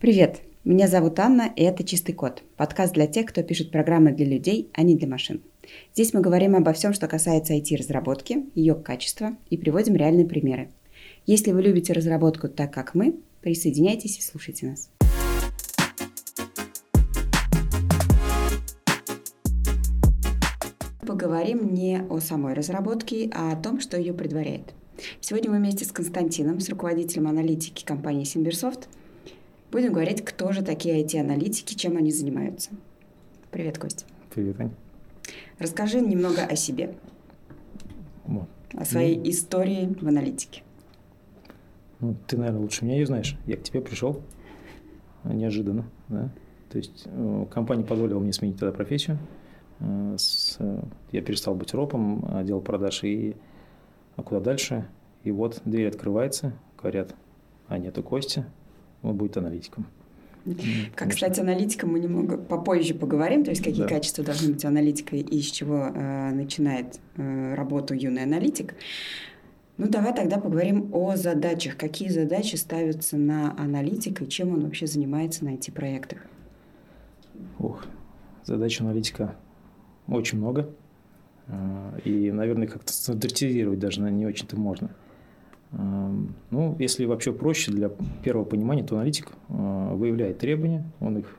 Привет, меня зовут Анна, и это «Чистый код» – подкаст для тех, кто пишет программы для людей, а не для машин. Здесь мы говорим обо всем, что касается IT-разработки, ее качества и приводим реальные примеры. Если вы любите разработку так, как мы, присоединяйтесь и слушайте нас. Поговорим не о самой разработке, а о том, что ее предваряет. Сегодня мы вместе с Константином, с руководителем аналитики компании Симбирсофт, будем говорить, кто же такие IT-аналитики, чем они занимаются. Привет, Костя. Привет, Ань. Расскажи немного о себе, о своей истории в аналитике. Ты, наверное, лучше меня ее знаешь. Я к тебе пришел неожиданно. Да? То есть компания позволила мне сменить тогда профессию. Я перестал быть ропом, отдел продаж, а куда дальше? И вот дверь открывается, говорят, нету Кости. Он будет аналитиком. Как стать аналитиком, мы немного попозже поговорим, то есть какие качества должны быть у аналитика и с чего начинает работу юный аналитик. Давай тогда поговорим о задачах. Какие задачи ставятся на аналитика и чем он вообще занимается на IT-проектах? Задач аналитика очень много. И, наверное, как-то стандартизировать даже не очень-то можно. Если вообще проще для первого понимания, то аналитик выявляет требования, он их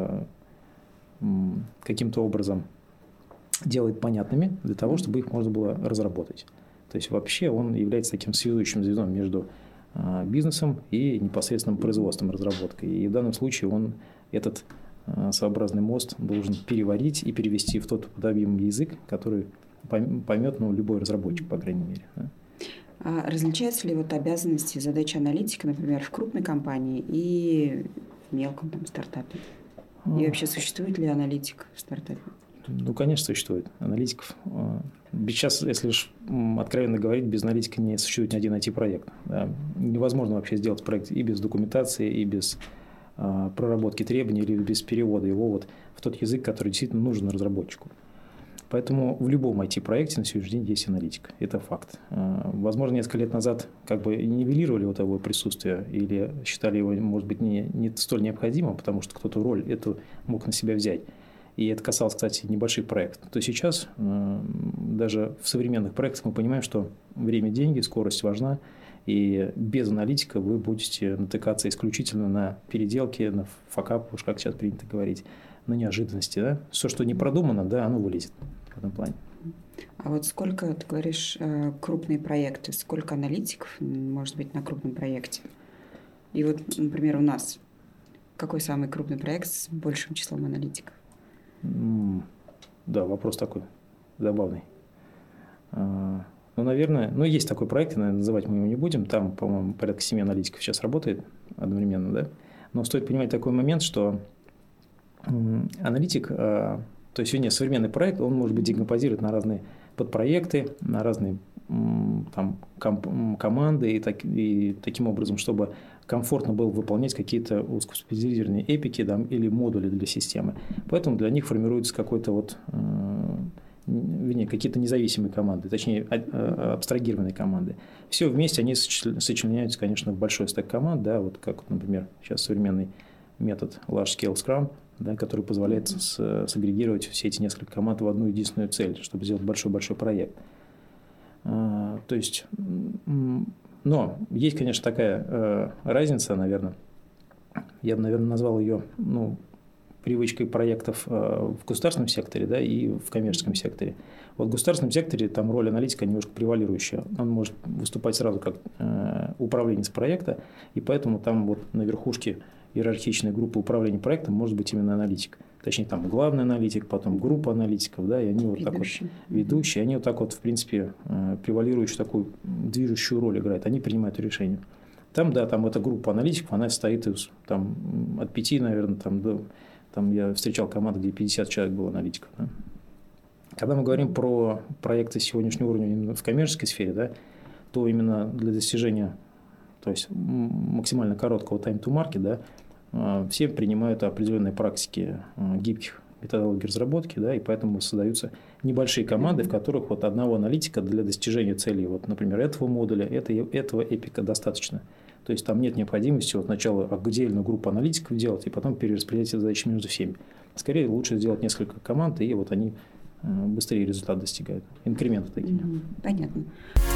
каким-то образом делает понятными для того, чтобы их можно было разработать. То есть вообще он является таким связующим звеном между бизнесом и непосредственным производством разработкой. И в данном случае он этот своеобразный мост должен переварить и перевести в тот подобаемый язык, который поймет любой разработчик, по крайней мере. А различаются ли обязанности и задачи аналитика, например, в крупной компании и в мелком стартапе? И вообще существует ли аналитик в стартапе? Конечно, существует. Аналитиков. Сейчас, если откровенно говорить, без аналитика не существует ни один IT-проект. Да. Невозможно вообще сделать проект и без документации, и без проработки требований, или без перевода его в тот язык, который действительно нужен разработчику. Поэтому в любом IT-проекте на сегодняшний день есть аналитик. Это факт. Возможно, несколько лет назад нивелировали его присутствие или считали его, может быть, не столь необходимым, потому что кто-то роль эту мог на себя взять. И это касалось, кстати, небольших проектов. То сейчас даже в современных проектах мы понимаем, что время – деньги, скорость важна. И без аналитика вы будете натыкаться исключительно на переделки, на факап, уж как сейчас принято говорить, на неожиданности. Да? Все, что не продумано, оно вылезет в этом плане. А сколько, ты говоришь, крупные проекты, сколько аналитиков может быть на крупном проекте? И например, у нас какой самый крупный проект с большим числом аналитиков? Да, вопрос такой забавный. Наверное, есть такой проект, называть мы его не будем. Там, по-моему, порядка 7 аналитиков сейчас работает одновременно, да? Но стоит понимать такой момент, что аналитик, то есть сегодня современный проект, он может быть декомпозирован на разные подпроекты, на разные команды и таким образом, чтобы комфортно было выполнять какие-то узкоспециализированные эпики или модули для системы. Поэтому для них формируется какие-то независимые команды, точнее абстрагированные команды. Все вместе они сочленяются, конечно, в большой стек команд, как, например, сейчас современный метод Large Scale Scrum, который позволяет сагрегировать все эти несколько команд в одну единственную цель, чтобы сделать большой-большой проект. Но есть, конечно, такая разница, наверное. Я бы, наверное, назвал ее привычкой проектов в государственном секторе, и в коммерческом секторе. В государственном секторе там роль аналитика немножко превалирующая. Он может выступать сразу как управленец проекта, и поэтому там на верхушке иерархичной группы управления проектом может быть именно аналитик. Точнее, там главный аналитик, потом группа аналитиков, и они ведущие, они в принципе, превалирующую такую движущую роль играют. Они принимают решения. Там эта группа аналитиков, она состоит от 5, наверное, я встречал команду, где 50 человек было аналитиков. Да. Когда мы говорим про проекты сегодняшнего уровня именно в коммерческой сфере, то именно для достижения, то есть максимально короткого time to market, все принимают определенные практики гибких методологий разработки, и поэтому создаются небольшие команды, в которых одного аналитика для достижения целей, например, этого модуля, этого эпика достаточно. То есть там нет необходимости вот сначала отдельную группу аналитиков делать и потом перераспределять эти задачи между всеми. Скорее лучше сделать несколько команд, и вот они быстрее результат достигают. Инкременты такие. Понятно.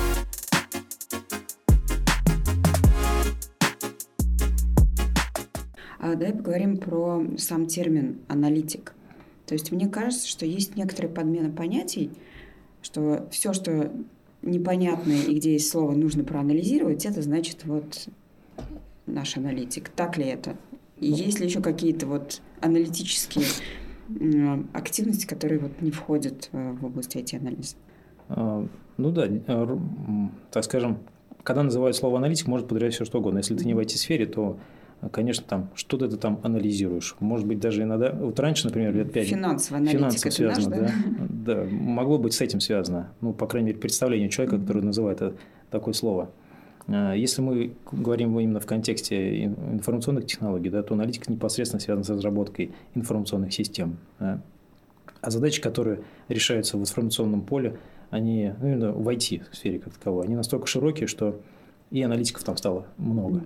Давай поговорим про сам термин «аналитик». То есть мне кажется, что есть некоторая подмена понятий, что все, что непонятно и где есть слово «нужно проанализировать», это значит вот наш аналитик. Так ли это? И есть ли еще какие-то вот аналитические активности, которые вот не входят в область IT-анализа? Ну да, так скажем, когда называют слово «аналитик», может подразумевать все что угодно. Если ты не в IT-сфере, то, конечно, там что-то ты там анализируешь. Может быть, даже иногда... Вот раньше, например, лет 5... Финансовая аналитика, это связано, наш, да? Да, могло быть с этим связано. Ну, по крайней мере, представление человека, который называет такое слово. Если мы говорим именно в контексте информационных технологий, да, то аналитика непосредственно связана с разработкой информационных систем. Да. А задачи, которые решаются в информационном поле, они, ну, именно в IT-сфере как таковой, они настолько широкие, что и аналитиков там стало много.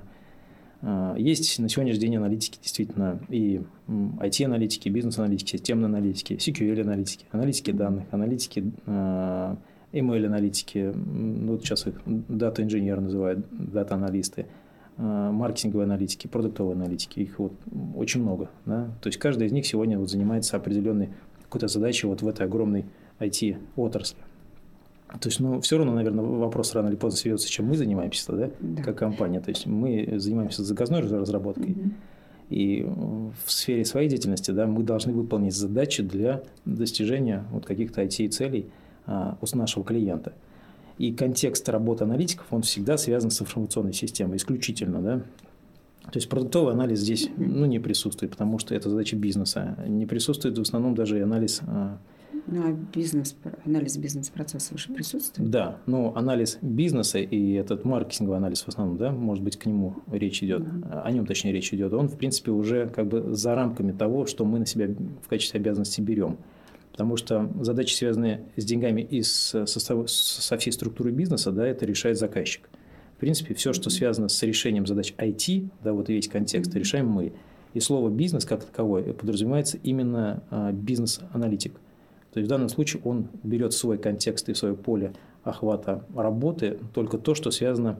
Да. Есть на сегодняшний день аналитики действительно и IT-аналитики, бизнес-аналитики, системные аналитики, SQL-аналитики, аналитики данных, аналитики ML-аналитики, ну, вот сейчас их дата-инженеры называют, дата-аналисты, маркетинговые аналитики, продуктовые аналитики, их вот очень много. Да? То есть каждый из них сегодня вот занимается определенной какой-то задачей вот в этой огромной IT-отрасли. То есть, ну, все равно, наверное, вопрос рано или поздно сведется, чем мы занимаемся, да, как компания. То есть мы занимаемся заказной разработкой. И в сфере своей деятельности, да, мы должны выполнить задачи для достижения вот каких-то IT-целей у нашего клиента. И контекст работы аналитиков, он всегда связан с информационной системой, исключительно. Да? То есть продуктовый анализ здесь не присутствует, потому что это задача бизнеса. Не присутствует в основном даже и анализ... Ну, а анализ бизнес-процесса уже присутствует? Да, но анализ бизнеса и этот маркетинговый анализ в основном, да, может быть, к нему речь идет, о нем, точнее, речь идет, он, в принципе, уже как бы за рамками того, что мы на себя в качестве обязанности берем. Потому что задачи, связанные с деньгами и со всей структурой бизнеса, да, это решает заказчик. В принципе, все, что связано с решением задач IT, да, вот и весь контекст, решаем мы. И слово «бизнес» как таковое подразумевается именно бизнес-аналитик. То есть в данном случае он берет в свой контекст и в свое поле охвата работы только то, что связано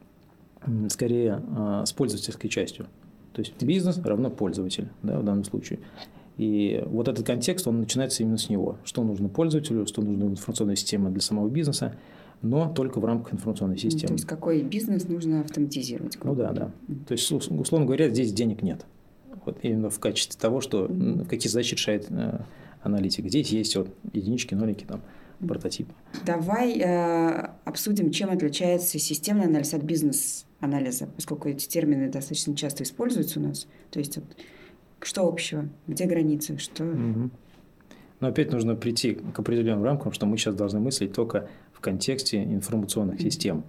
скорее с пользовательской частью. То есть бизнес равно пользователь, да, в данном случае. И вот этот контекст, он начинается именно с него. Что нужно пользователю, что нужно информационная система для самого бизнеса, но только в рамках информационной системы. То есть какой бизнес нужно автоматизировать? Ну да, да. То есть, условно говоря, здесь денег нет. Вот именно в качестве того, что какие задачи решает аналитик. Здесь есть вот единички, нолики, там, прототипы. Давай обсудим, чем отличается системный анализ от бизнес-анализа, поскольку эти термины достаточно часто используются у нас. То есть вот, что общего? Где границы? Что... Но опять нужно прийти к определенным рамкам, что мы сейчас должны мыслить только в контексте информационных систем.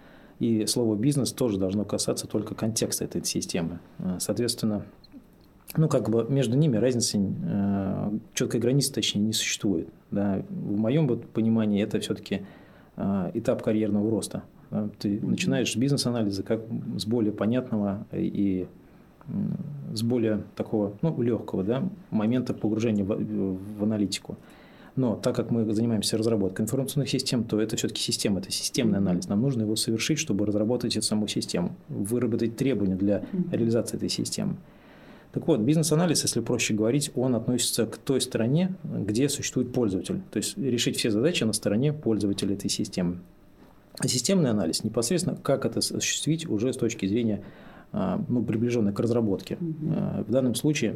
И слово «бизнес» тоже должно касаться только контекста этой системы. Соответственно, ну, как бы между ними разницы, четкой границы, точнее, не существует. Да. В моем вот понимании это все-таки этап карьерного роста. Да. Ты начинаешь с бизнес-анализа как с более понятного и с более такого, ну, легкого, да, момента погружения в аналитику. Но так как мы занимаемся разработкой информационных систем, то это все-таки система, это системный анализ. Нам нужно его совершить, чтобы разработать эту саму систему, выработать требования для реализации этой системы. Так вот, бизнес-анализ, если проще говорить, он относится к той стороне, где существует пользователь. То есть решить все задачи на стороне пользователя этой системы. А системный анализ непосредственно, как это осуществить уже с точки зрения приближенной к разработке. В данном случае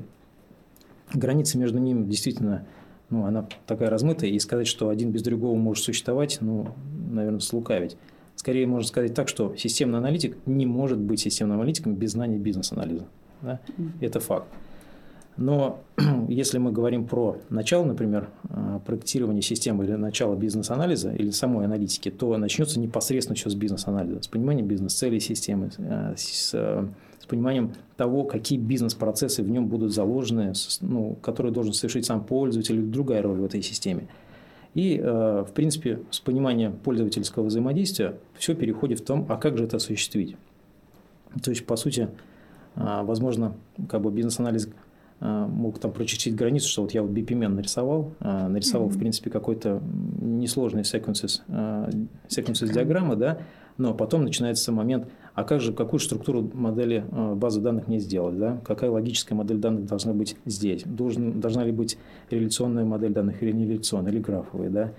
граница между ними действительно, она такая размытая, и сказать, что один без другого может существовать, наверное, слукавить. Скорее можно сказать так, что системный аналитик не может быть системным аналитиком без знания бизнес-анализа. Да? Это факт. Но если мы говорим про начало, например, проектирования системы или начало бизнес-анализа или самой аналитики, то начнется непосредственно все с бизнес-анализа, с пониманием бизнес-целей системы, с пониманием того, какие бизнес-процессы в нем будут заложены, которые должен совершить сам пользователь или другая роль в этой системе. И, в принципе, с пониманием пользовательского взаимодействия все переходит в том, а как же это осуществить. То есть, по сути, возможно, как бы бизнес-анализ мог там прочертить границу, что вот я вот BPMN нарисовал, в принципе, какой-то несложный sequences диаграммы, да, но потом начинается момент, а какую структуру модели базы данных мне сделать, да, какая логическая модель данных должна быть здесь, должна ли быть реляционная модель данных или не реляционная, или графовая, да.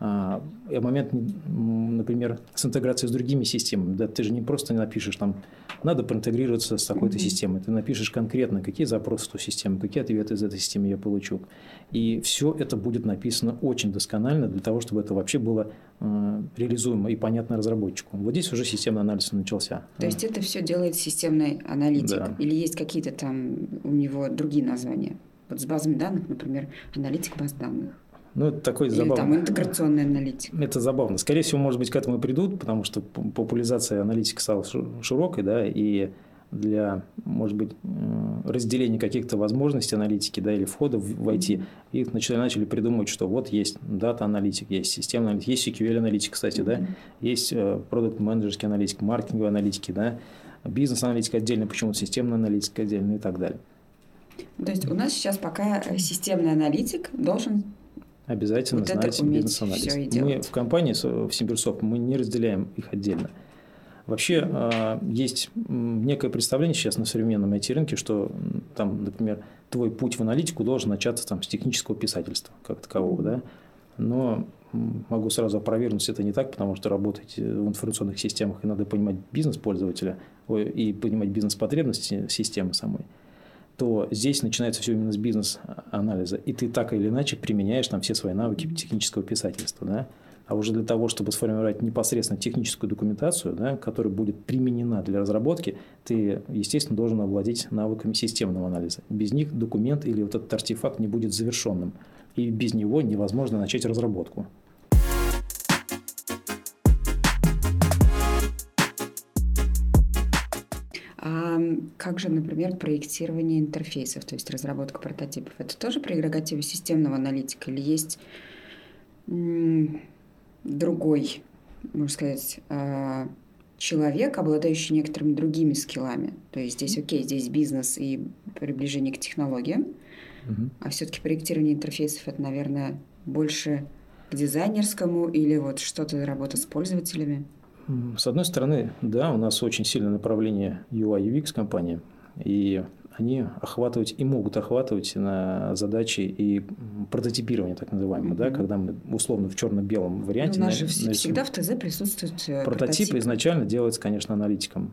И момент, например, с интеграцией с другими системами. Да, ты же не просто напишешь, там, надо проинтегрироваться с такой-то системой. Ты напишешь конкретно, какие запросы в ту систему, какие ответы из этой системы я получу. И все это будет написано очень досконально для того, чтобы это вообще было реализуемо и понятно разработчику. Вот здесь уже системный анализ начался. То есть это все делает системный аналитик? Да. Или есть какие-то там у него другие названия? Вот с базами данных, например, аналитик баз данных. Ну, это такой Или забавный. там интеграционный аналитик. Это забавно. Скорее всего, может быть, к этому и придут, потому что популяризация аналитики стала широкой, да, и для, может быть, разделения каких-то возможностей аналитики, да, или входа в IT, их начали придумывать, что вот есть дата-аналитик, есть системный аналитик, есть SQL-аналитик, кстати, да, есть продукт-менеджерский аналитик, маркетинговый аналитики, да, бизнес-аналитика отдельно, почему-то системная аналитика отдельно и так далее. То есть у нас сейчас пока системный аналитик должен обязательно вот знать бизнес-анализ. Мы в компании, в Симбирсофт, мы не разделяем их отдельно. Вообще, есть некое представление сейчас на современном IT-рынке, что, там, например, твой путь в аналитику должен начаться там, с технического писательства, как такового. Да? Но могу сразу опровергнуть, это не так, потому что работать в информационных системах, и надо понимать бизнес пользователя и понимать бизнес-потребности системы самой. То здесь начинается все именно с бизнес-анализа. И ты так или иначе применяешь там все свои навыки технического писательства. Да? А уже для того, чтобы сформировать непосредственно техническую документацию, да, которая будет применена для разработки, ты, естественно, должен овладеть навыками системного анализа. Без них документ или вот этот артефакт не будет завершенным. И без него невозможно начать разработку. А как же, например, проектирование интерфейсов, то есть разработка прототипов? Это тоже прерогатива системного аналитика или есть другой, можно сказать, человек, обладающий некоторыми другими скиллами? То есть здесь окей, здесь бизнес и приближение к технологиям, а все-таки проектирование интерфейсов – это, наверное, больше к дизайнерскому или вот что-то работа с пользователями? С одной стороны, да, у нас очень сильное направление UI и UX компании, и они охватывать и могут охватывать на задачи и прототипирование, так называемое, да, когда мы условно в черно-белом варианте. У нас же всегда в ТЗ присутствует прототип изначально делается, конечно, аналитиком.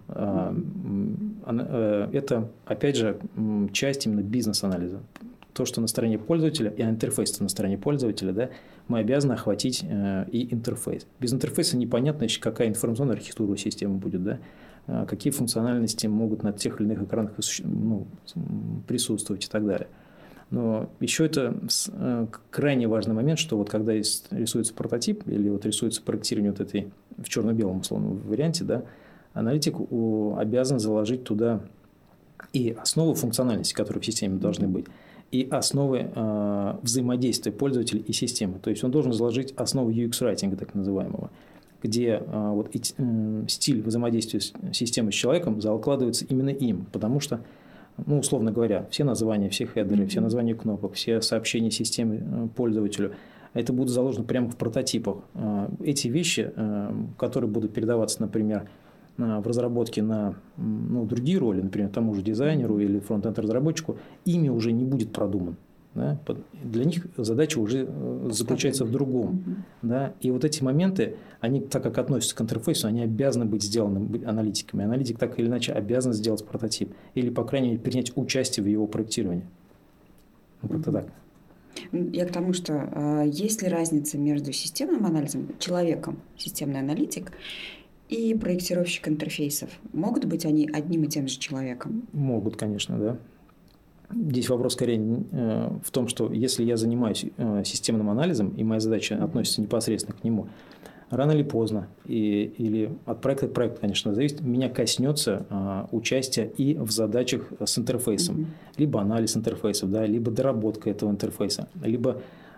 Это, опять же, часть именно бизнес-анализа. То, что на стороне пользователя, и интерфейс на стороне пользователя, да, мы обязаны охватить и интерфейс. Без интерфейса непонятно, какая информационная архитектура системы будет, да, какие функциональности могут на тех или иных экранах присутствовать и так далее. Но еще это крайне важный момент, что вот когда рисуется прототип или вот рисуется проектирование вот этой в черно-белом условном варианте, да, аналитик обязан заложить туда и основы функциональности, которые в системе должны быть, и основы взаимодействия пользователя и системы. То есть он должен заложить основу UX-райтинга, так называемого, где вот стиль взаимодействия системы с человеком закладывается именно им, потому что, ну, условно говоря, все названия, все хедеры, все названия кнопок, все сообщения системы пользователю, это будет заложено прямо в прототипах. Эти вещи, которые будут передаваться, например, в разработке на другие роли, например, тому же дизайнеру или фронт-энд-разработчику, ими уже не будет продуман. Да? Для них задача уже заключается в другом. Да? И вот эти моменты, они, так как относятся к интерфейсу, они обязаны быть сделаны аналитиками. Аналитик так или иначе обязан сделать прототип или, по крайней мере, принять участие в его проектировании. Ну, как-то так. Я к тому, что есть ли разница между системным анализом, человеком, системный аналитик, и проектировщик интерфейсов? Могут быть они одним и тем же человеком? Могут, конечно, да. Здесь вопрос скорее в том, что если я занимаюсь системным анализом, и моя задача относится непосредственно к нему, рано или поздно, или от проекта к проекту, конечно, зависит, меня коснется участия и в задачах с интерфейсом. Либо анализ интерфейсов, да, либо доработка этого интерфейса, либо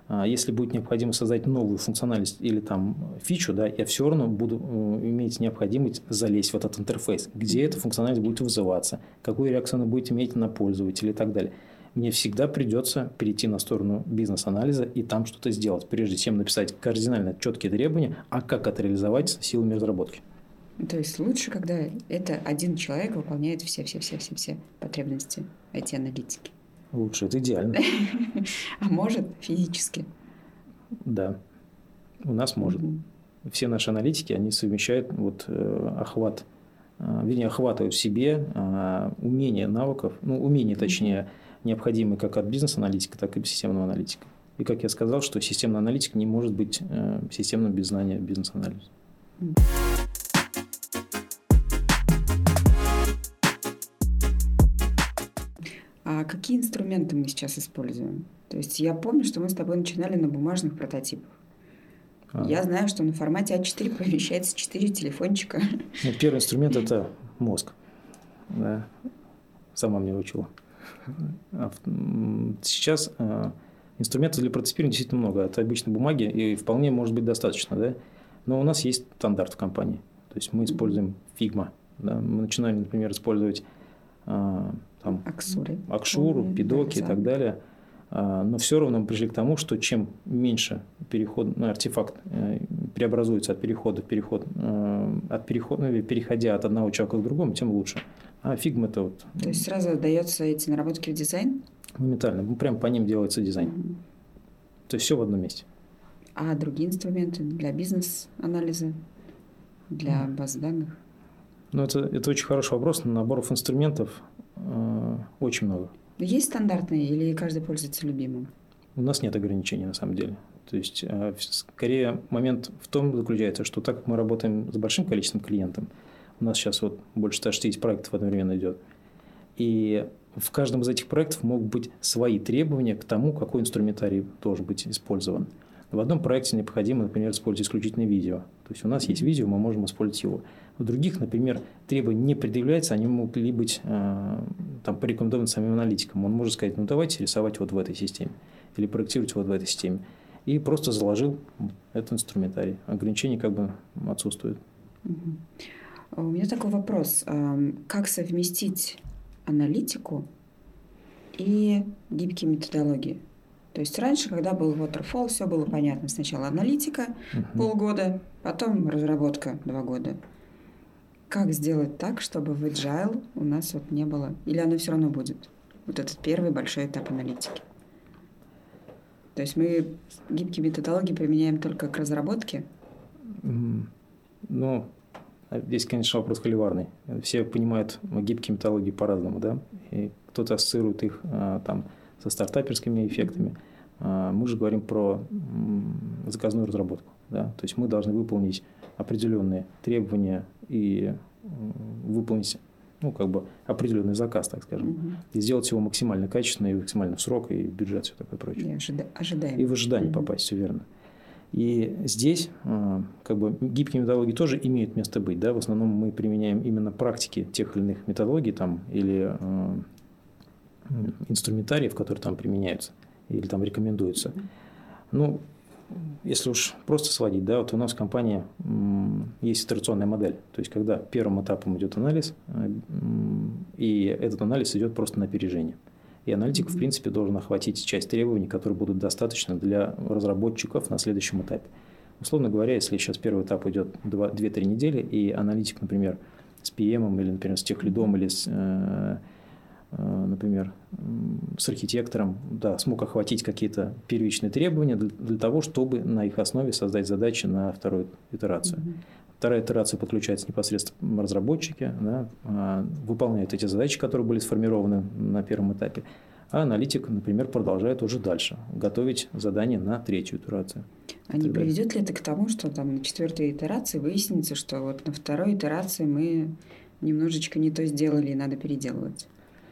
Если будет необходимо создать новую функциональность или там фичу, да, я все равно буду иметь необходимость залезть в этот интерфейс, где эта функциональность будет вызываться, какую реакцию она будет иметь на пользователя и так далее. Мне всегда придется перейти на сторону бизнес-анализа и там что-то сделать, прежде чем написать кардинально четкие требования, а как это реализовать силами разработки. То есть лучше, когда это один человек выполняет все потребности IT-аналитики. Лучше, это идеально. А может физически? Да, у нас может. Все наши аналитики, они совмещают охватывают в себе умения навыков, умения, точнее, необходимые как от бизнес-аналитика, так и системного аналитика. И как я сказал, что системный аналитик не может быть системным без знания бизнес-анализа. А какие инструменты мы сейчас используем? То есть я помню, что мы с тобой начинали на бумажных прототипах. Я знаю, что на формате А4 помещается 4 телефончика. Первый инструмент – это мозг. Да. Сама меня учила. Сейчас инструментов для прототипирования действительно много. От обычной бумаги и вполне может быть достаточно. Да? Но у нас есть стандарт в компании. То есть мы используем Figma. Да? Мы начинали, например, использовать Акшуру, Пидоки и так далее. Но все равно мы пришли к тому, что чем меньше артефакт преобразуется от перехода в переход, переходя от одного человека к другому, тем лучше. А Figma это вот... То есть сразу отдается эти наработки в дизайн? Моментально. Прямо по ним делается дизайн. То есть все в одном месте. А другие инструменты для бизнес-анализа, для баз данных? Это очень хороший вопрос. Наборов инструментов очень много. Есть стандартные или каждый пользуется любимым? У нас нет ограничений на самом деле. То есть, скорее, момент в том заключается, что так как мы работаем с большим количеством клиентов, у нас сейчас больше 160 проектов одновременно идет, и в каждом из этих проектов могут быть свои требования к тому, какой инструментарий должен быть использован. В одном проекте необходимо, например, использовать исключительно видео. То есть, у нас есть видео, мы можем использовать его. В других, например, требования не предъявляются, они могли быть порекомендованы самим аналитикам. Он может сказать, давайте рисовать в этой системе или проектировать в этой системе. И просто заложил этот инструментарий. Ограничения отсутствуют. У меня такой вопрос. Как совместить аналитику и гибкие методологии? То есть раньше, когда был waterfall, все было понятно. Сначала аналитика полгода, потом разработка 2 года. Как сделать так, чтобы в Agile у нас не было? Или оно все равно будет? Этот первый большой этап аналитики. То есть мы гибкие методологии применяем только к разработке? Здесь, конечно, вопрос холиварный. Все понимают гибкие методологии по-разному, да? И кто-то ассоциирует их со стартаперскими эффектами. Мы же говорим про заказную разработку. Да? То есть мы должны выполнить определенные требования и выполнить определенный заказ, так скажем. И сделать его максимально качественно и максимально в срок, и бюджет, все такое прочее. Ожидаемо. И в ожидании попасть, все верно. И здесь гибкие методологии тоже имеют место быть. Да? В основном мы применяем именно практики тех или иных методологий или инструментариев, которые там применяются или там рекомендуются. Если уж просто сводить, да, у нас в компании есть итерационная модель. То есть, когда первым этапом идет анализ, и этот анализ идет просто на опережение. И аналитик, в принципе, должен охватить часть требований, которые будут достаточно для разработчиков на следующем этапе. Условно говоря, если сейчас первый этап идет 2-3 недели, и аналитик, например, с PM или, например, с техлидом или например, с архитектором, смог охватить какие-то первичные требования для того, чтобы на их основе создать задачи на вторую итерацию. Вторая итерация подключается непосредственно разработчики, выполняют эти задачи, которые были сформированы на первом этапе, а аналитик, например, продолжает уже дальше готовить задание на третью итерацию. А не приведет ли это к тому, что на 4-й итерации выяснится, что на 2-й итерации мы немножечко не то сделали и надо переделывать?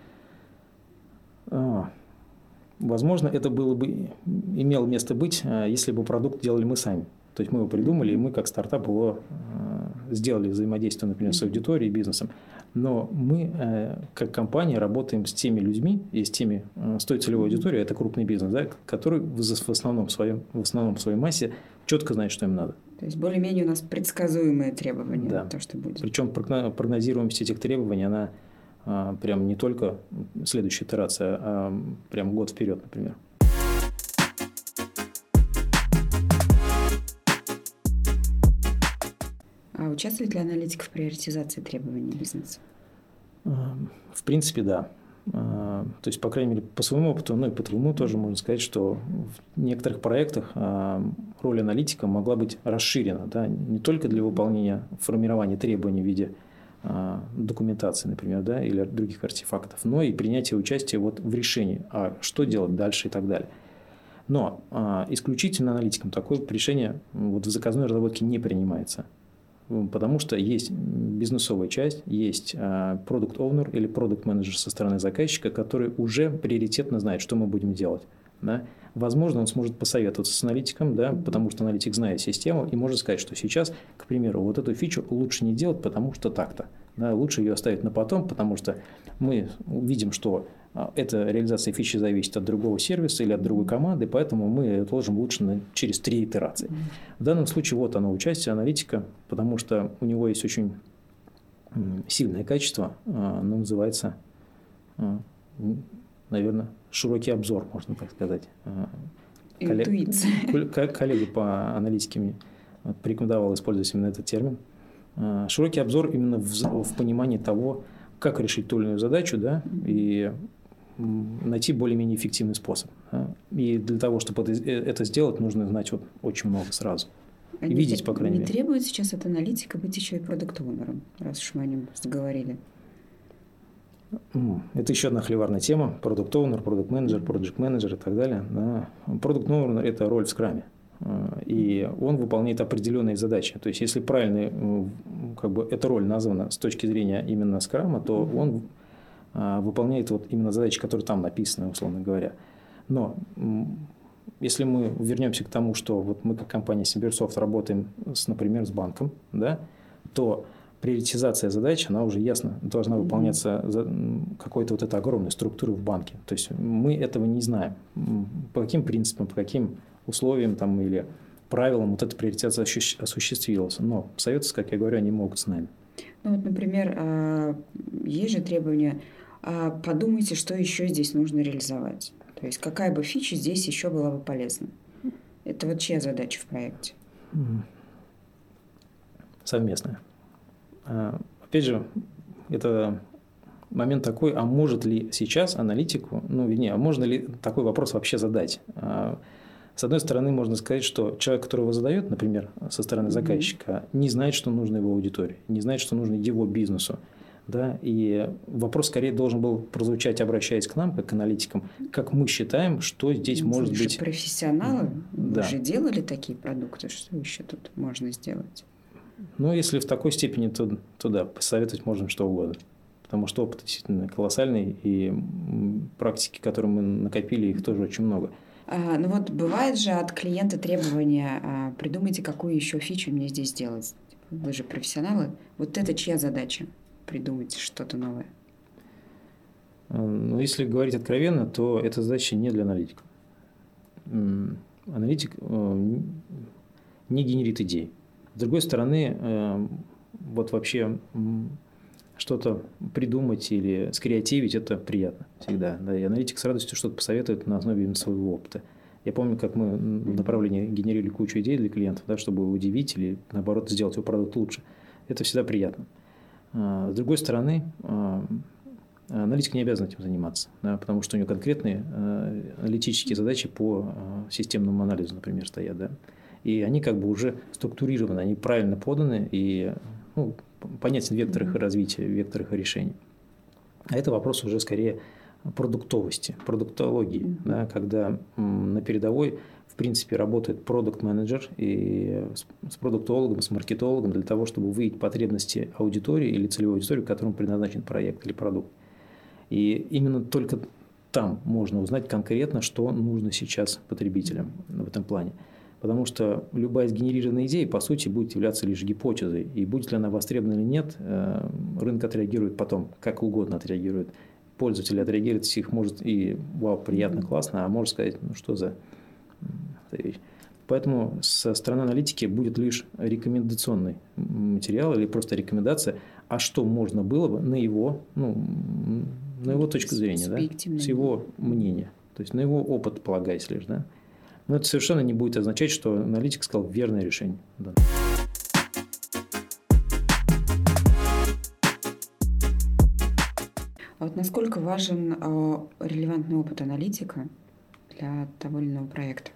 Возможно, это имело место быть, если бы продукт делали мы сами. То есть мы его придумали, и мы как стартап его сделали взаимодействие, например, с аудиторией и бизнесом. Но мы, как компания, работаем с теми людьми и с той целевой аудиторией, это крупный бизнес, да, который в основном в своей массе четко знает, что им надо. То есть более-менее у нас предсказуемые требования, да. То, что будет. Причем прогнозируемость этих требований, она прям не только следующая итерация, а прям год вперед, например. А участвует ли аналитика в приоритизации требований бизнеса? В принципе, да. То есть, по крайней мере, по своему опыту, ну и по твоему тоже можно сказать, что в некоторых проектах роль аналитика могла быть расширена, да, не только для выполнения, формирования требований в виде документации, например, да, или других артефактов, но и принятия участия вот в решении, что делать дальше и так далее. Но исключительно аналитиком такое решение вот в заказной разработке не принимается. Потому что есть бизнесовая часть, есть product owner или product manager со стороны заказчика, который уже приоритетно знает, что мы будем делать. Да? Возможно, он сможет посоветоваться с аналитиком, да, потому что аналитик знает систему и может сказать, что сейчас, к примеру, вот эту фичу лучше не делать, потому что так-то. Да, лучше ее оставить на потом, потому что мы видим, что эта реализация фичи зависит от другого сервиса или от другой команды, поэтому мы отложим лучше через 3 итерации. В данном случае вот оно участие аналитика, потому что у него есть очень сильное качество, оно называется, наверное, широкий обзор, можно так сказать. Интуиция. Коллега по аналитике мне порекомендовал использовать именно этот термин. Широкий обзор именно в понимании того, как решить ту или иную задачу, да, и найти более-менее эффективный способ. Да. И для того, чтобы это сделать, нужно знать вот очень много сразу. И видеть, по крайней мере. Не требует сейчас от аналитика быть еще и продукт-оунером, раз уж мы о нем заговорили. Это еще одна холиварная тема. Продукт-оунер, продукт-менеджер, проект-менеджер и так далее. Да. Продукт-оунер – это роль в скраме. И он выполняет определенные задачи. То есть, если правильно эта роль названа с точки зрения именно скрама, то он выполняет вот именно задачи, которые там написаны, условно говоря. Но если мы вернемся к тому, что вот мы как компания Симбирсофт работаем, например, с банком, да, то приоритизация задач, она уже ясно должна выполняться какой-то вот этой огромной структурой в банке. То есть, мы этого не знаем. По каким принципам, по каким условиям там, или правилам вот эта приоритизация осуществилась. Но советоваться, как я говорю, они могут с нами. Ну вот, например, есть же требования, подумайте, что еще здесь нужно реализовать. То есть, какая бы фича здесь еще была бы полезна. Это вот чья задача в проекте? Совместная. Опять же, это момент такой, а может ли сейчас аналитику, а можно ли такой вопрос вообще задать? С одной стороны, можно сказать, что человек, который его задает, например, со стороны заказчика, не знает, что нужно его аудитории, не знает, что нужно его бизнесу. Да? И вопрос скорее должен был прозвучать, обращаясь к нам, как к аналитикам, как мы считаем, что здесь может быть... Вы профессионалы, да. Вы же делали такие продукты, что еще тут можно сделать? Если в такой степени, то да, посоветовать можно что угодно. Потому что опыт действительно колоссальный, и практики, которые мы накопили, их тоже очень много. Ну вот бывает же от клиента требования, придумайте, какую еще фичу мне здесь сделать. Вы же профессионалы. Вот это чья задача? Придумать что-то новое. Если говорить откровенно, то эта задача не для аналитика. Аналитик не генерит идей. С другой стороны, вот вообще что-то придумать или скреативить – это приятно всегда. Да? И аналитик с радостью что-то посоветует на основе именно своего опыта. Я помню, как мы в направлении генерили кучу идей для клиентов, да, чтобы удивить или, наоборот, сделать его продукт лучше. Это всегда приятно. С другой стороны, аналитик не обязан этим заниматься, да, потому что у него конкретные аналитические задачи по системному анализу, например, стоят. Да? И они уже структурированы, они правильно поданы, и понятен вектор их развития, вектор их решений. А это вопрос уже скорее продуктовости, продуктологии, да, когда на передовой, в принципе, работает продукт-менеджер и с продуктологом, с маркетологом для того, чтобы выявить потребности аудитории или целевой аудитории, которому предназначен проект или продукт. И именно только там можно узнать конкретно, что нужно сейчас потребителям в этом плане. Потому что любая сгенерированная идея, по сути, будет являться лишь гипотезой. И будет ли она востребована или нет, рынок отреагирует потом, как угодно отреагирует. Пользователь отреагирует, их может и вау, приятно, классно, а может сказать, ну что за вещь. Поэтому со стороны аналитики будет лишь рекомендационный материал или просто рекомендация, а что можно было бы на его, на его точку зрения, да, с его мнения. То есть на его опыт полагаясь лишь, да. Но это совершенно не будет означать, что аналитик сказал верное решение. Да. А вот насколько важен релевантный опыт аналитика для того или иного проекта?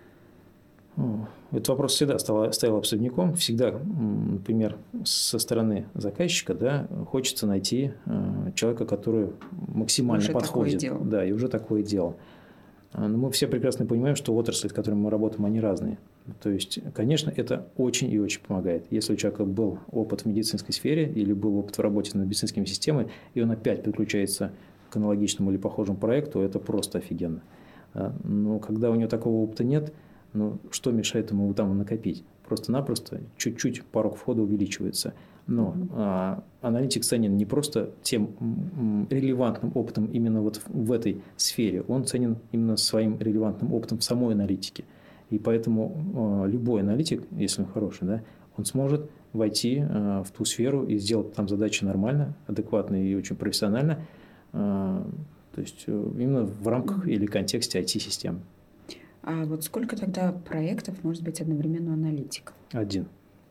Этот вопрос всегда стоял особняком. Всегда, например, со стороны заказчика, да, хочется найти человека, который максимально уже подходит. Такое дело. Да, и уже такое дело. Но мы все прекрасно понимаем, что отрасли, в которых мы работаем, они разные. То есть, конечно, это очень и очень помогает. Если у человека был опыт в медицинской сфере или был опыт в работе над медицинскими системами, и он опять подключается к аналогичному или похожему проекту, это просто офигенно. Но когда у него такого опыта нет, что мешает ему там накопить? Просто-напросто чуть-чуть порог входа увеличивается. Но аналитик ценен не просто тем релевантным опытом именно вот в этой сфере, он ценен именно своим релевантным опытом в самой аналитике. И поэтому любой аналитик, если он хороший, да, он сможет войти в ту сферу и сделать там задачи нормально, адекватно и очень профессионально, то есть именно в рамках или контексте IT-системы. А вот сколько тогда проектов может быть одновременно у аналитика? Один.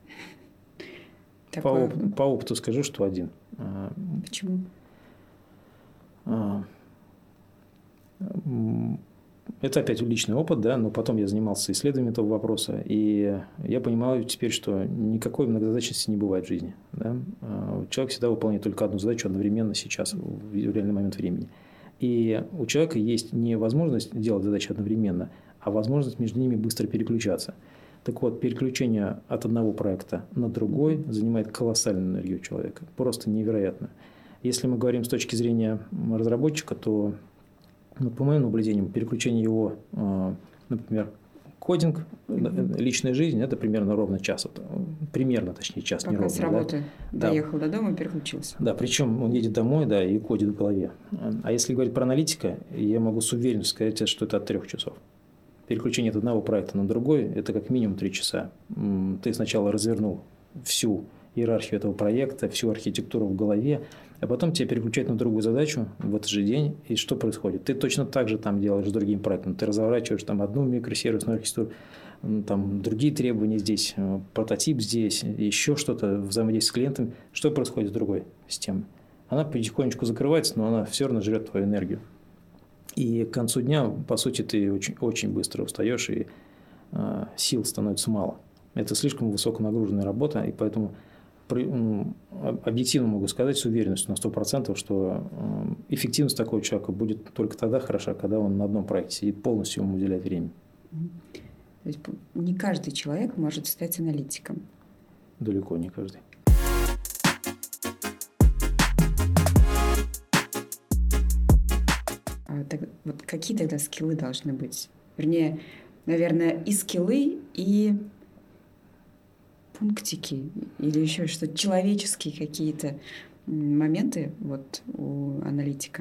По опыту скажу, что один. Почему? Это опять личный опыт, да, но потом я занимался исследованием этого вопроса, и я понимаю теперь, что никакой многозадачности не бывает в жизни. Да? Человек всегда выполняет только одну задачу одновременно сейчас, в реальный момент времени. И у человека есть не возможность делать задачи одновременно, а возможность между ними быстро переключаться. Так вот, переключение от одного проекта на другой занимает колоссальную энергию человека. Просто невероятно. Если мы говорим с точки зрения разработчика, то, по моим наблюдениям, переключение его, например, кодинг, личная жизнь, это примерно ровно час. Примерно, точнее, час. Пока неровно, с работы доехал до дома и переключился. Да, причем он едет домой, да, и кодит в голове. А если говорить про аналитика, я могу с уверенностью сказать, что это от 3 часов. Переключение от одного проекта на другой – это как минимум 3 часа. Ты сначала развернул всю иерархию этого проекта, всю архитектуру в голове, а потом тебя переключают на другую задачу в этот же день. И что происходит? Ты точно так же там делаешь с другим проектом. Ты разворачиваешь там одну микросервисную архитектуру, там другие требования здесь, прототип здесь, еще что-то, взаимодействие с клиентом. Что происходит с другой системой? Она потихонечку закрывается, но она все равно жрет твою энергию. И к концу дня, по сути, ты очень, очень быстро устаешь, и сил становится мало. Это слишком высоконагруженная работа, и поэтому объективно могу сказать с уверенностью на 100%, что эффективность такого человека будет только тогда хороша, когда он на одном проекте сидит, полностью ему уделяет время. То есть не каждый человек может стать аналитиком? Далеко не каждый. Вот какие тогда скиллы должны быть? Вернее, наверное, и скиллы, и пунктики, или еще что-то, человеческие какие-то моменты вот у аналитика.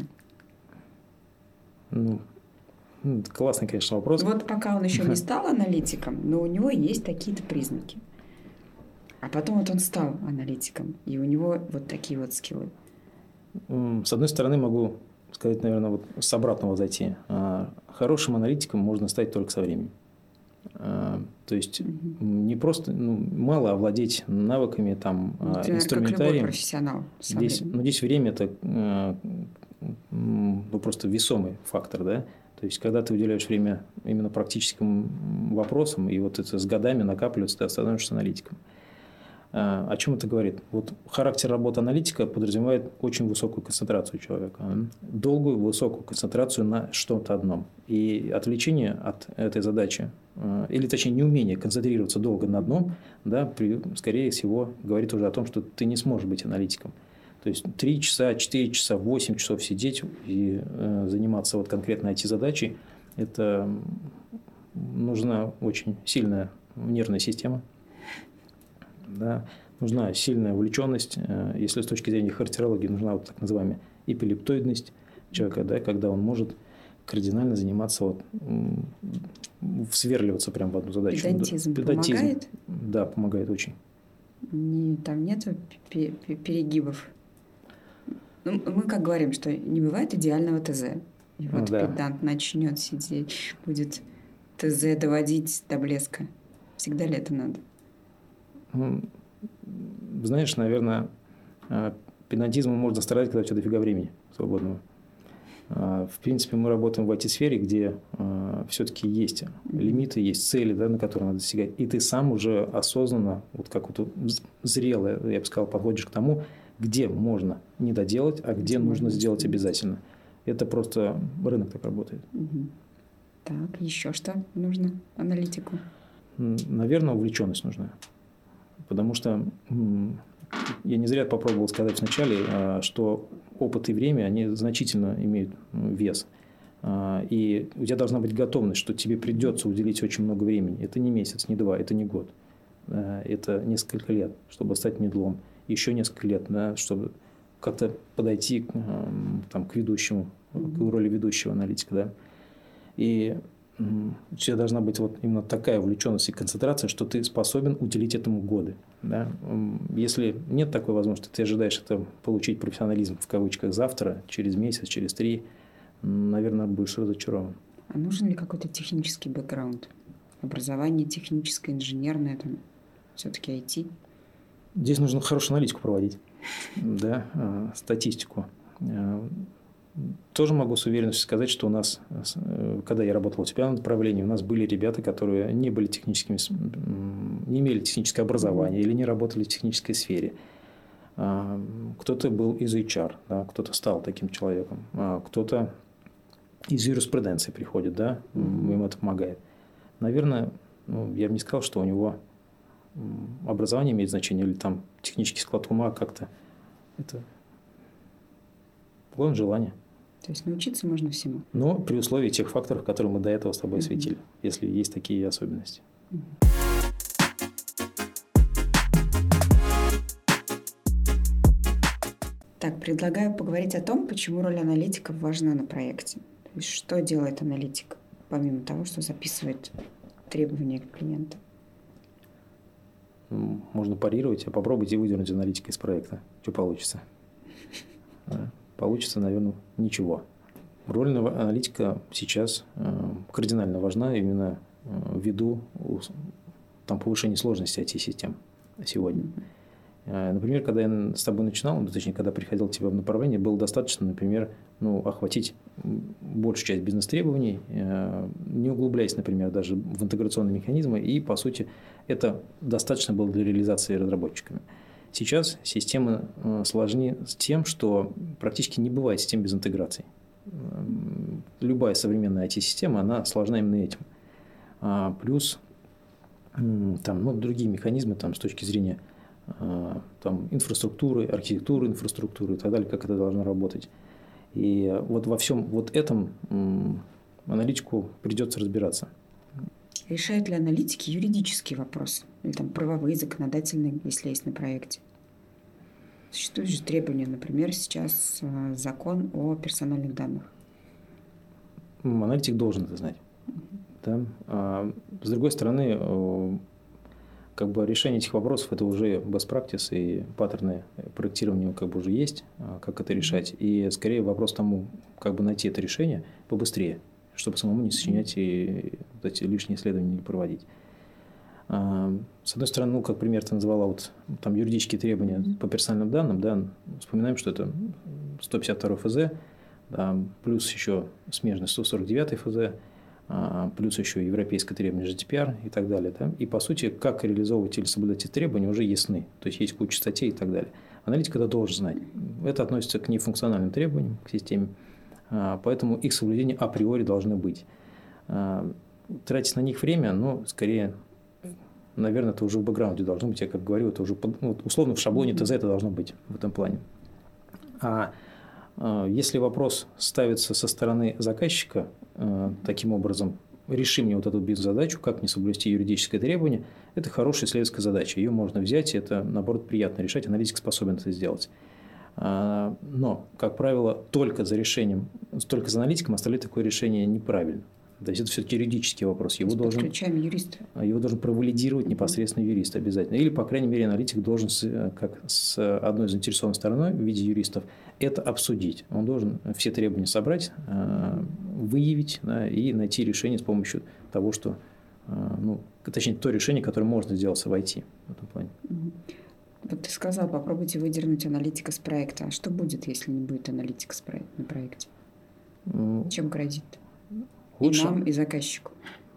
Классный, конечно, вопрос. Вот пока он еще не стал аналитиком, но у него есть такие-то признаки. А потом вот он стал аналитиком, и у него вот такие вот скиллы. С одной стороны, могу сказать, наверное, вот с обратного зайти. Хорошим аналитиком можно стать только со временем. То есть не просто мало овладеть навыками, там, инструментарием. Как любой профессионал. Здесь время это просто весомый фактор, да. То есть когда ты уделяешь время именно практическим вопросам, и вот это с годами накапливается, ты становишься аналитиком. О чем это говорит? Вот характер работы аналитика подразумевает очень высокую концентрацию человека, долгую высокую концентрацию на что-то одном. И отвлечение от этой задачи, или точнее неумение концентрироваться долго на одном, да, скорее всего говорит уже о том, что ты не сможешь быть аналитиком. То есть 3 часа, 4 часа, 8 часов сидеть и заниматься вот конкретно IT-задачей, это нужна очень сильная нервная система, да, нужна сильная увлеченность. Если с точки зрения характерологии нужна вот так называемая эпилептоидность человека, да, когда он может кардинально заниматься, сверливаться прямо в одну задачу. Педантизм помогает? Да, помогает очень. Там нет перегибов. Ну, мы как говорим, что не бывает идеального ТЗ. И вот педант начнет сидеть, будет ТЗ доводить до блеска. Всегда ли это надо? Знаешь, наверное, педантизм можно страдать, когда у тебя дофига времени свободного. В принципе, мы работаем в IT-сфере, где все-таки есть лимиты, есть цели, да, на которые надо достигать. И ты сам уже осознанно, вот как вот зрело, я бы сказал, подходишь к тому, где можно не доделать, а где нужно сделать обязательно. Это просто рынок так работает. Так, еще что нужно аналитику? Наверное, увлеченность нужна. Потому что я не зря попробовал сказать вначале, что опыт и время, они значительно имеют вес. И у тебя должна быть готовность, что тебе придется уделить очень много времени. Это не месяц, не два, это не год. Это несколько лет, чтобы стать медлом. Еще несколько лет, да, чтобы как-то подойти к ведущему, к роли ведущего аналитика. Да. И у тебя должна быть вот именно такая увлеченность и концентрация, что ты способен уделить этому годы. Да? Если нет такой возможности, ты ожидаешь это получить профессионализм в кавычках завтра, через месяц, через 3, наверное, будешь разочарован. А нужен ли какой-то технический бэкграунд? Образование техническое, инженерное, там, все-таки IT? Здесь нужно хорошую аналитику проводить, да, статистику. Тоже могу с уверенностью сказать, что у нас, когда я работал в тебя направлении, у нас были ребята, которые не были техническими, не имели техническое образование или не работали в технической сфере. Кто-то был из HR, да, кто-то стал таким человеком, кто-то из юриспруденции приходит, да, ему это помогает. Наверное, я бы не сказал, что у него образование имеет значение или там технический склад ума как-то. Это главное желание. То есть научиться можно всему. Но при условии тех факторов, которые мы до этого с тобой осветили, если есть такие особенности. Так, предлагаю поговорить о том, почему роль аналитика важна на проекте. То есть что делает аналитик, помимо того, что записывает требования клиента? Можно парировать, а попробуйте выдернуть аналитика из проекта. Что получится? Получится, наверное, ничего. Роль аналитика сейчас кардинально важна именно ввиду повышения сложности IT-систем сегодня. Например, когда я с тобой начинал, точнее, когда приходил к тебе в направление, было достаточно, например, охватить большую часть бизнес-требований, не углубляясь, например, даже в интеграционные механизмы, и, по сути, это достаточно было для реализации разработчиками. Сейчас системы сложны с тем, что практически не бывает систем без интеграций. Любая современная IT-система, она сложна именно этим. Плюс другие механизмы с точки зрения инфраструктуры, архитектуры инфраструктуры и так далее, как это должно работать. И вот во всем вот этом аналитику придется разбираться. Решают ли аналитики юридические вопросы? Или правовые, законодательные, если есть на проекте? Существуют же требования, например, сейчас закон о персональных данных. Аналитик должен это знать. Да? С другой стороны, решение этих вопросов – это уже best practice, и паттерны проектирования уже есть, как это решать. И скорее вопрос тому, найти это решение побыстрее, чтобы самому не сочинять и эти лишние исследования не проводить. С одной стороны, как пример ты назвала, юридические требования по персональным данным, да, вспоминаем, что это 152 ФЗ, да, плюс еще смежный 149 ФЗ, плюс еще европейское требование GDPR и так далее. Да? И, по сути, как реализовывать или соблюдать эти требования уже ясны. То есть, есть куча статей и так далее. Аналитик это должен знать. Это относится к нефункциональным требованиям к системе, поэтому их соблюдения априори должны быть. Тратить на них время, скорее, наверное, это уже в бэкграунде должно быть. Я как говорю, это уже условно в шаблоне ТЗ это должно быть в этом плане. Если вопрос ставится со стороны заказчика таким образом, реши мне вот эту бизнес-задачу, как мне соблюсти юридическое требование, это хорошая исследовательская задача. Ее можно взять, и это, наоборот, приятно решать. Аналитик способен это сделать. Но, как правило, только за аналитиком оставлять такое решение неправильно. То есть это все-таки юридический вопрос. Подключаем юриста. Его должен провалидировать непосредственно юрист обязательно. Или, по крайней мере, аналитик должен как с одной заинтересованной стороной в виде юристов это обсудить. Он должен все требования собрать, выявить, да, и найти решение с помощью того, что, точнее, то решение, которое можно сделать в IT в этом плане. Вот ты сказал, попробуйте выдернуть аналитика с проекта. А что будет, если не будет аналитика на проекте? Чем грозит? Лучше, и нам, и заказчику.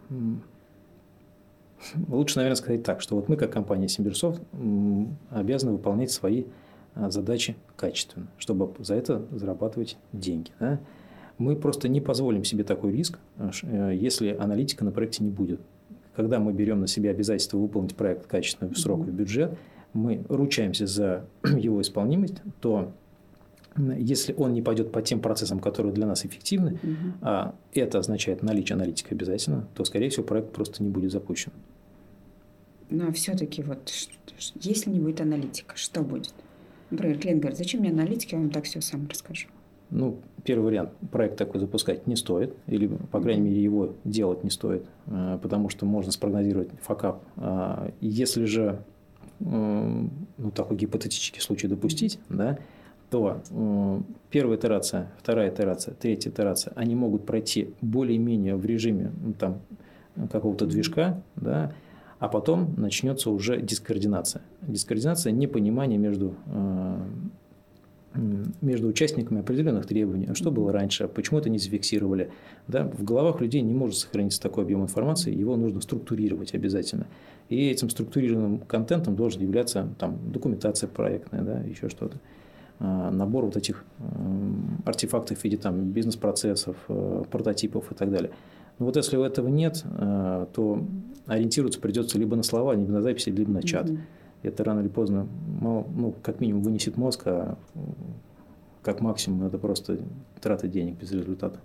Лучше, наверное, сказать так, что вот мы, как компания Симбирсофт, обязаны выполнять свои задачи качественно, чтобы за это зарабатывать деньги. Да? Мы просто не позволим себе такой риск, если аналитика на проекте не будет. Когда мы берем на себя обязательство выполнить проект качественно в срок и в бюджет, мы ручаемся за его исполнимость, то если он не пойдет по тем процессам, которые для нас эффективны, а это означает наличие аналитика обязательно, то, скорее всего, проект просто не будет запущен. Но все-таки вот, если не будет аналитика, что будет? Например, клиент говорит, зачем мне аналитика, я вам так все сам расскажу. Первый вариант, проект такой запускать не стоит, или, по крайней мере, его делать не стоит, потому что можно спрогнозировать факап. Если же такой гипотетический случай допустить, да, то первая итерация, вторая итерация, третья итерация, они могут пройти более-менее в режиме какого-то движка, да, а потом начнется уже дискоординация. Дискоординация – непонимание между участниками определенных требований. А что было раньше? Почему это не зафиксировали? Да? В головах людей не может сохраниться такой объем информации, его нужно структурировать обязательно. И этим структурированным контентом должен являться документация проектная, да, еще что-то. Набор вот этих артефактов в виде бизнес-процессов, прототипов и так далее. Но вот если этого нет, то ориентироваться придется либо на слова, либо на записи, либо на чат. Это рано или поздно, как минимум, вынесет мозг, а как максимум это просто трата денег без результата.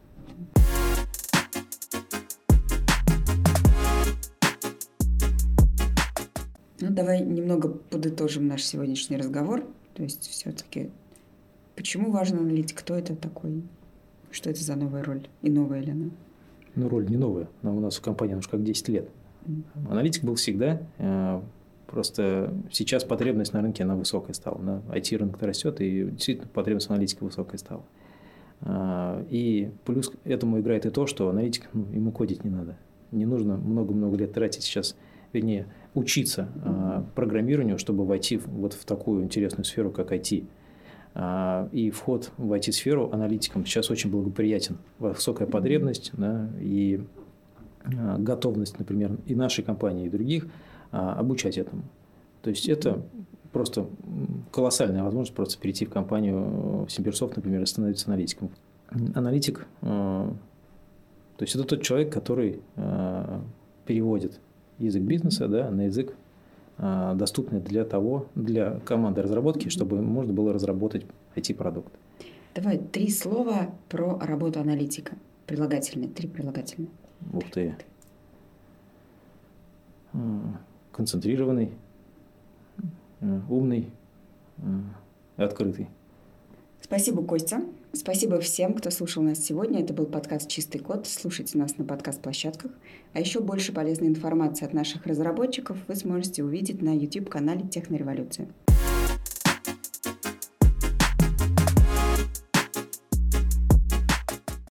Давай немного подытожим наш сегодняшний разговор. То есть, все-таки, почему важен аналитик? Кто это такой? Что это за новая роль? И новая ли она? Роль не новая. Она у нас в компании уже как 10 лет. Аналитик был всегда. Просто сейчас потребность на рынке, она высокая стала. IT-рынок растет, и действительно потребность аналитика высокая стала. И плюс к этому играет и то, что аналитик, ему кодить не надо. Не нужно много-много лет тратить сейчас, вернее, учиться программированию, чтобы войти в такую интересную сферу, как IT. И вход в IT-сферу аналитикам сейчас очень благоприятен. Высокая потребность, да, и готовность, например, и нашей компании, и других обучать этому. То есть это просто колоссальная возможность просто перейти в компанию Симбирсофт, например, и становиться аналитиком. Аналитик, то есть это тот человек, который переводит язык бизнеса, да, на язык, доступный для команды разработки, чтобы можно было разработать IT-продукт. Давай 3 слова про работу аналитика. Прилагательные, 3 прилагательные. Ух ты. Концентрированный, умный, открытый. Спасибо, Костя. Спасибо всем, кто слушал нас сегодня. Это был подкаст «Чистый код». Слушайте нас на подкаст-площадках. А еще больше полезной информации от наших разработчиков вы сможете увидеть на YouTube-канале «Технореволюция».